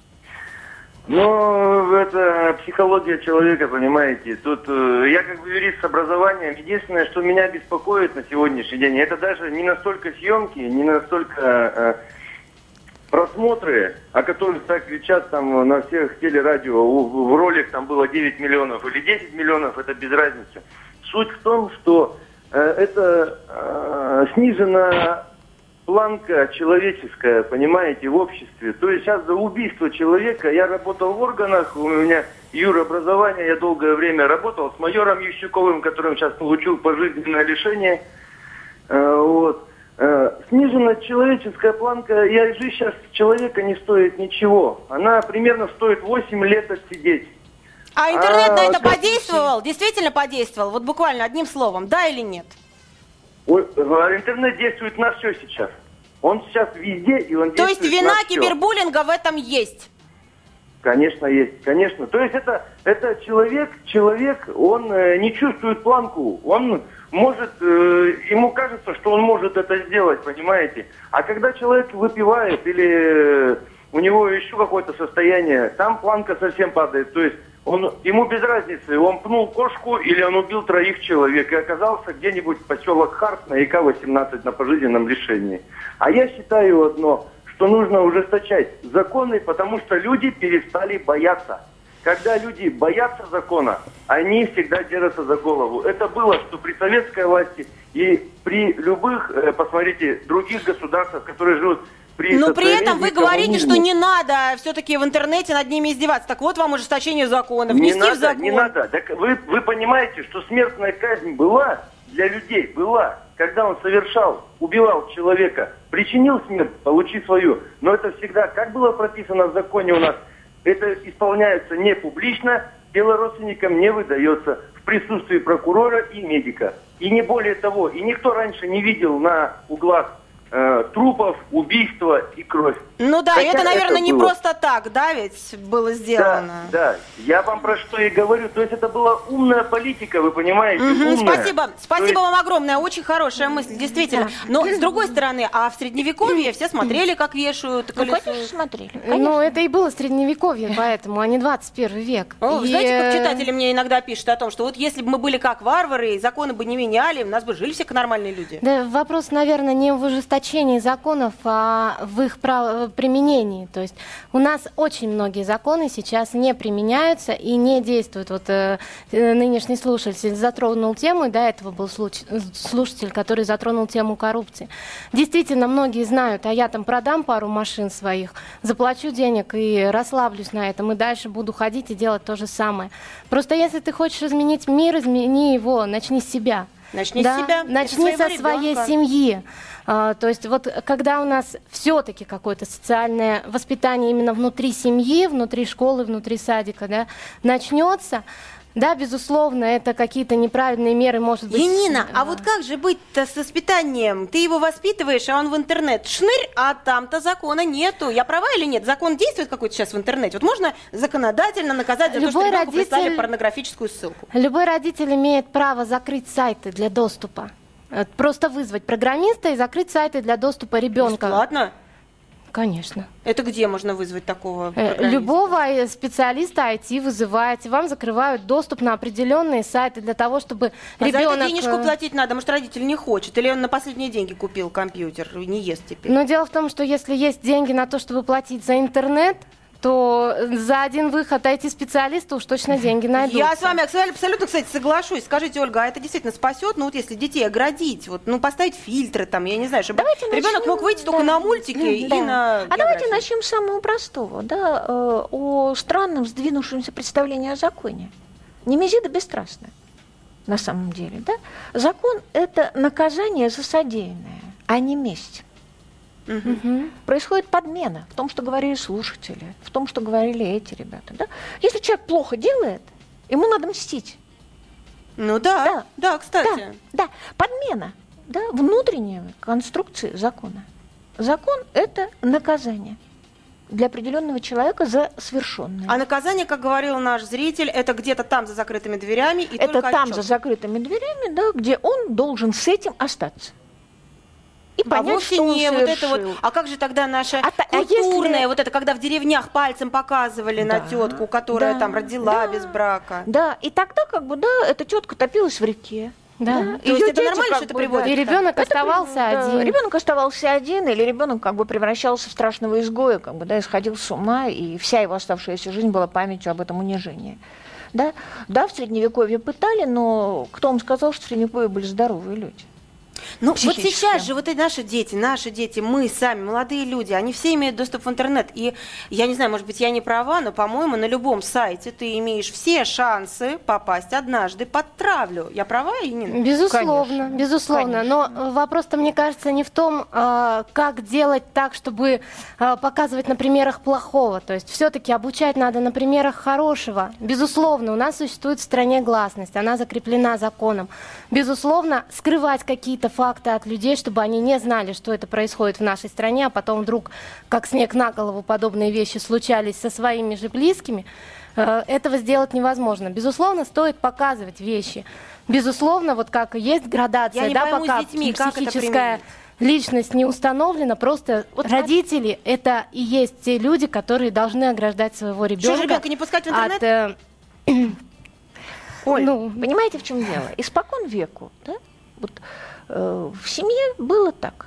T: Ну, это психология человека, понимаете. Тут я как бы юрист с образованием. Единственное, что меня беспокоит на сегодняшний день, это даже не настолько съемки, не настолько просмотры, о которых так кричат там на всех телерадио. В ролик там было 9 миллионов или 10 миллионов, это без разницы. Суть в том, что это снижена планка человеческая, понимаете, в обществе. То есть сейчас за убийство человека, я работал в органах, у меня юробразование, я долгое время работал с майором Ющуковым, которым сейчас получил пожизненное лишение. Вот.
E: снижена человеческая планка, жизнь сейчас человека не стоит ничего. Она примерно стоит 8 лет отсидеть.
B: А интернет на это подействовал? Действительно подействовал? Вот буквально одним словом, да или нет?
E: Интернет действует на все сейчас. Он сейчас везде, и он
B: То
E: действует
B: есть вина
E: на все.
B: кибербуллинга в этом есть?
E: Конечно, есть, конечно. То есть это человек, он не чувствует планку, он может, ему кажется, что он может это сделать, понимаете? А когда человек выпивает или у него еще какое-то состояние, там планка совсем падает. То есть ему без разницы, он пнул кошку или он убил 3 человек и оказался где-нибудь в поселок Харт на ИК-18 на пожизненном лишении. А я считаю одно, что нужно ужесточать законы, потому что люди перестали бояться. Когда люди боятся закона, они всегда держатся за голову. Это было, что при советской власти и при любых, посмотрите, других государствах, которые живут при
B: Но при этом вы говорите,
E: коммунизме.
B: что не надо все-таки в интернете над ними издеваться. Так вот вам ужесточение закона, внести в закон.
E: Не надо. Так вы понимаете, что смертная казнь была для людей, была, когда он убивал человека, причинил смерть, получи свою. Но это всегда, как было прописано в законе у нас, это исполняется не публично, дело родственникам не выдается в присутствии прокурора и медика. И не более того, и никто раньше не видел на углах трупов, убийства и кровь.
B: Ну да,
E: Хотя
B: и это, наверное, не
E: было.
B: просто так, да, ведь было сделано.
E: Да, я вам про что и говорю. То есть это была умная политика, вы понимаете? Умная.
B: Спасибо вам огромное, очень хорошая мысль, действительно. Но с другой стороны, а в Средневековье все смотрели, как вешают колесо?
G: Конечно, смотрели.
C: Ну, это и было Средневековье, поэтому, а не 21 век.
B: Знаете, как читатели мне иногда пишут о том, что вот если бы мы были как варвары, и законы бы не меняли, у нас бы жили все как нормальные люди.
C: Да, вопрос, наверное, не в ужесточении законов, а в их применении. То есть у нас очень многие законы сейчас не применяются и не действуют. Вот нынешний слушатель затронул тему, и до этого был слушатель, который затронул тему коррупции. Действительно, многие знают, а я там продам пару машин своих, заплачу денег и расслаблюсь на этом, и дальше буду ходить и делать то же самое. Просто если ты хочешь изменить мир, измени его, начни с себя.
B: Начни с себя.
C: Начни со своей семьи. То есть вот когда у нас все-таки какое-то социальное воспитание именно внутри семьи, внутри школы, внутри садика, да, начнется, да, безусловно, это какие-то неправильные меры, может быть.
B: Янина, а вот как же быть-то с воспитанием? Ты его воспитываешь, а он в интернет шнырь, а там-то закона нету. Я права или нет? Закон действует какой-то сейчас в интернете? Вот можно законодательно наказать за то, что ребенку прислали порнографическую ссылку?
C: Любой родитель имеет право закрыть сайты для доступа. Просто вызвать программиста и закрыть сайты для доступа ребенка.
B: Бесплатно?
C: Конечно.
B: Это где можно вызвать такого программиста?
C: Любого специалиста IT вызываете, вам закрывают доступ на определенные сайты для того, чтобы ребенок...
B: За это денежку платить надо, может, родитель не хочет, или он на последние деньги купил компьютер и не ест теперь.
C: Но дело в том, что если есть деньги на то, чтобы платить за интернет, то за один выход IT-специалиста уж точно деньги найдутся.
B: Я с вами абсолютно, кстати, соглашусь. Скажите, Ольга, а это действительно спасет? Ну вот если детей оградить, вот, ну поставить фильтры там, я не знаю, чтобы ребенок мог выйти только на мультики и на
G: А давайте начнем с самого простого, да, о странном сдвинувшемся представлении о законе. Немезида бесстрастна, на самом деле, да. Закон – это наказание за содеянное, а не месть. Происходит подмена в том, что говорили слушатели, в том, что говорили эти ребята. Да? Если человек плохо делает, ему надо мстить.
B: Ну да, кстати.
G: Да, подмена, да, внутренней конструкции закона. Закон – это наказание для определенного человека за совершенное.
B: А наказание, как говорил наш зритель, это где-то там за закрытыми дверями. И
G: это
B: только
G: там
B: отчет.
G: за закрытыми дверями, да, где он должен с этим остаться. И понять,
B: вовсе
G: что
B: не
G: он
B: вот это вот.
G: совершил.
B: А как же тогда наша культурная, вот это, когда в деревнях пальцем показывали на тетку, которая там родила без брака.
G: Да, и тогда как бы, да, эта тетка топилась в реке.
C: Да.
B: То есть это нормально, что это приводит?
C: И ребенок оставался один.
G: Ребенок оставался один, или ребенок как бы превращался в страшного изгоя, как бы, да, и сходил с ума, и вся его оставшаяся жизнь была памятью об этом унижении. Да, в Средневековье пытали, но кто вам сказал, что в Средневековье были здоровые люди?
B: Ну, вот сейчас же вот и наши дети, мы сами, молодые люди, они все имеют доступ в интернет. И я не знаю, может быть, я не права, но, по-моему, на любом сайте ты имеешь все шансы попасть однажды под травлю. Я права или нет?
C: Безусловно, безусловно. Конечно. Но вопрос-то, мне кажется, не в том, как делать так, чтобы показывать на примерах плохого. То есть все-таки обучать надо на примерах хорошего. Безусловно, у нас существует в стране гласность, она закреплена законом. Безусловно, скрывать какие-то факты от людей, чтобы они не знали, что это происходит в нашей стране, а потом вдруг, как снег на голову, подобные вещи случались со своими же близкими, этого сделать невозможно. Безусловно, стоит показывать вещи. Безусловно, вот как есть градация, да, пока психическая личность не установлена, просто вот родители это и есть те люди, которые должны ограждать своего ребенка.
B: Что же ребенка не пускать в интернет?
G: Оль, понимаете, в чем дело? Испокон веку, да? Вот, в семье было так.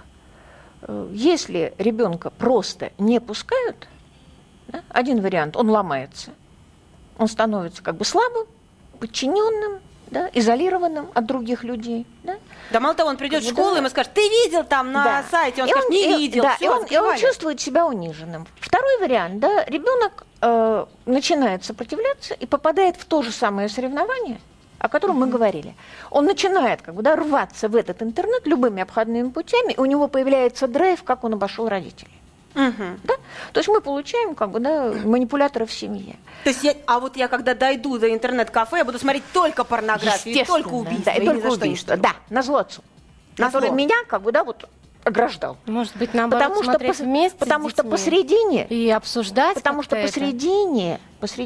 G: Если ребенка просто не пускают, да, один вариант, он ломается, он становится как бы слабым, подчиненным, да, изолированным от других людей. Да,
B: да мало того, он придет в школу, и ему скажет, ты видел там на сайте, он скажет, не видел. Да,
G: и он чувствует себя униженным. Второй вариант, да, ребенок начинает сопротивляться и попадает в то же самое соревнование, о котором мы говорили. Он начинает как бы, да, рваться в этот интернет любыми обходными путями, и у него появляется драйв, как он обошел родителей. Да? То есть мы получаем как бы, да, манипулятора в семье.
B: То есть я когда дойду до интернет-кафе, я буду смотреть только порнографию, только убийство.
G: Да, и только убийство. Да, назло отцу. Который меня как бы, да, вот ограждал.
C: Может быть, наоборот, смотреть вместе
G: потому что посередине
C: и обсуждать.
G: Потому что посередине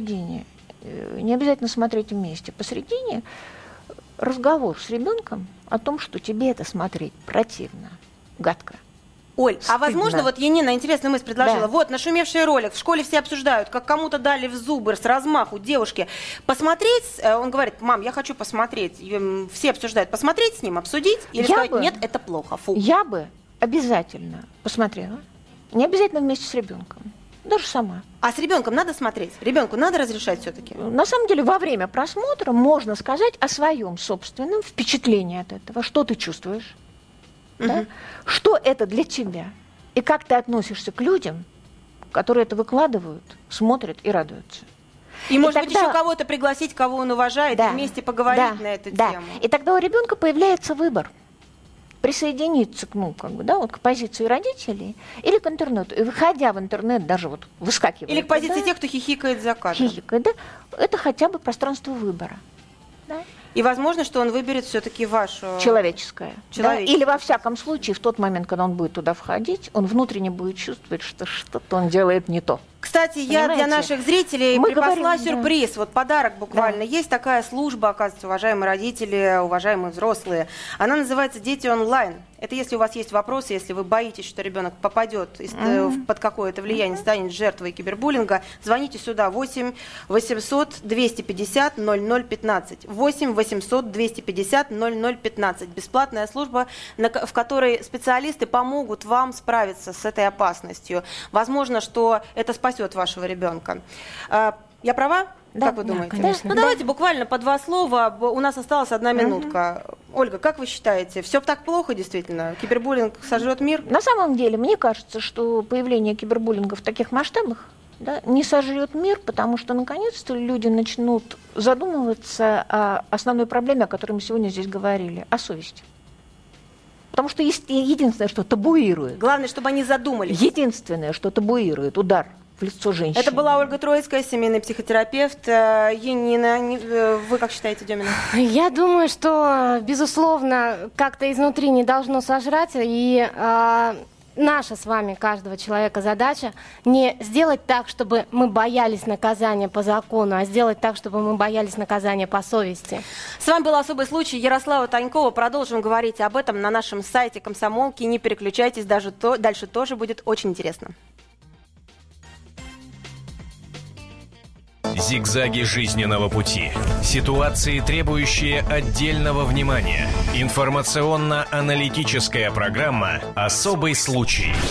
G: не обязательно смотреть вместе. Посередине разговор с ребенком о том, что тебе это смотреть противно, гадко.
B: Оль, стыдно. А возможно, вот Янина интересную мысль предложила. Да. Вот, нашумевший ролик, в школе все обсуждают, как кому-то дали в зубы с размаху девушке посмотреть. Он говорит, мам, я хочу посмотреть. Все обсуждают, посмотреть с ним, обсудить? Или сказать, нет, это плохо, фу.
G: Я бы обязательно посмотрела. Не обязательно вместе с ребенком. Даже сама.
B: А с ребенком надо смотреть? Ребенку надо разрешать все-таки?
G: На самом деле, во время просмотра можно сказать о своем собственном впечатлении от этого. Что ты чувствуешь? Да? Что это для тебя? И как ты относишься к людям, которые это выкладывают, смотрят и радуются?
B: И может быть, еще кого-то пригласить, кого он уважает, и вместе поговорить на эту тему.
G: И тогда у ребенка появляется выбор. Присоединиться к к позиции родителей или к интернету. И выходя в интернет, даже вот выскакивая.
B: Или к позиции тех, кто хихикает за кадром.
G: Это хотя бы пространство выбора. Да?
B: И возможно, что он выберет все-таки вашу...
G: Человеческое. Да? Или во всяком случае, в тот момент, когда он будет туда входить, он внутренне будет чувствовать, что что-то он делает не то.
B: Кстати, я для наших зрителей припасла сюрприз. Вот подарок буквально. Да. Есть такая служба, оказывается, уважаемые родители, уважаемые взрослые. Она называется «Дети онлайн». Это если у вас есть вопросы, если вы боитесь, что ребенок попадет под какое-то влияние, станет жертвой кибербуллинга, звоните сюда 8 800 250 0015. 8 800 250 0015. Бесплатная служба, в которой специалисты помогут вам справиться с этой опасностью. Возможно, что это спасет вашего ребенка. Я права?
G: Да,
B: как вы думаете?
G: Конечно.
B: Ну, давайте буквально по два слова. У нас осталась одна минутка. Ольга, как вы считаете, все так плохо действительно? Кибербуллинг сожрет мир?
G: На самом деле, мне кажется, что появление кибербуллинга в таких масштабах не сожрет мир, потому что, наконец-то, люди начнут задумываться о основной проблеме, о которой мы сегодня здесь говорили, о совести. Потому что единственное, что табуирует...
B: Главное, чтобы они задумались.
G: Единственное, что табуирует удар в лицо женщины.
B: Это была Ольга Троицкая, семейный психотерапевт. Янина, вы как считаете, Демина?
C: Я думаю, что, безусловно, как-то изнутри не должно сожрать. И наша с вами, каждого человека, задача не сделать так, чтобы мы боялись наказания по закону, а сделать так, чтобы мы боялись наказания по совести.
B: С вами был «Особый случай». Ярослава Танькова. Продолжим говорить об этом на нашем сайте «Комсомолки». Не переключайтесь, дальше тоже будет очень интересно.
H: Зигзаги жизненного пути. Ситуации, требующие отдельного внимания. Информационно-аналитическая программа «Особый случай».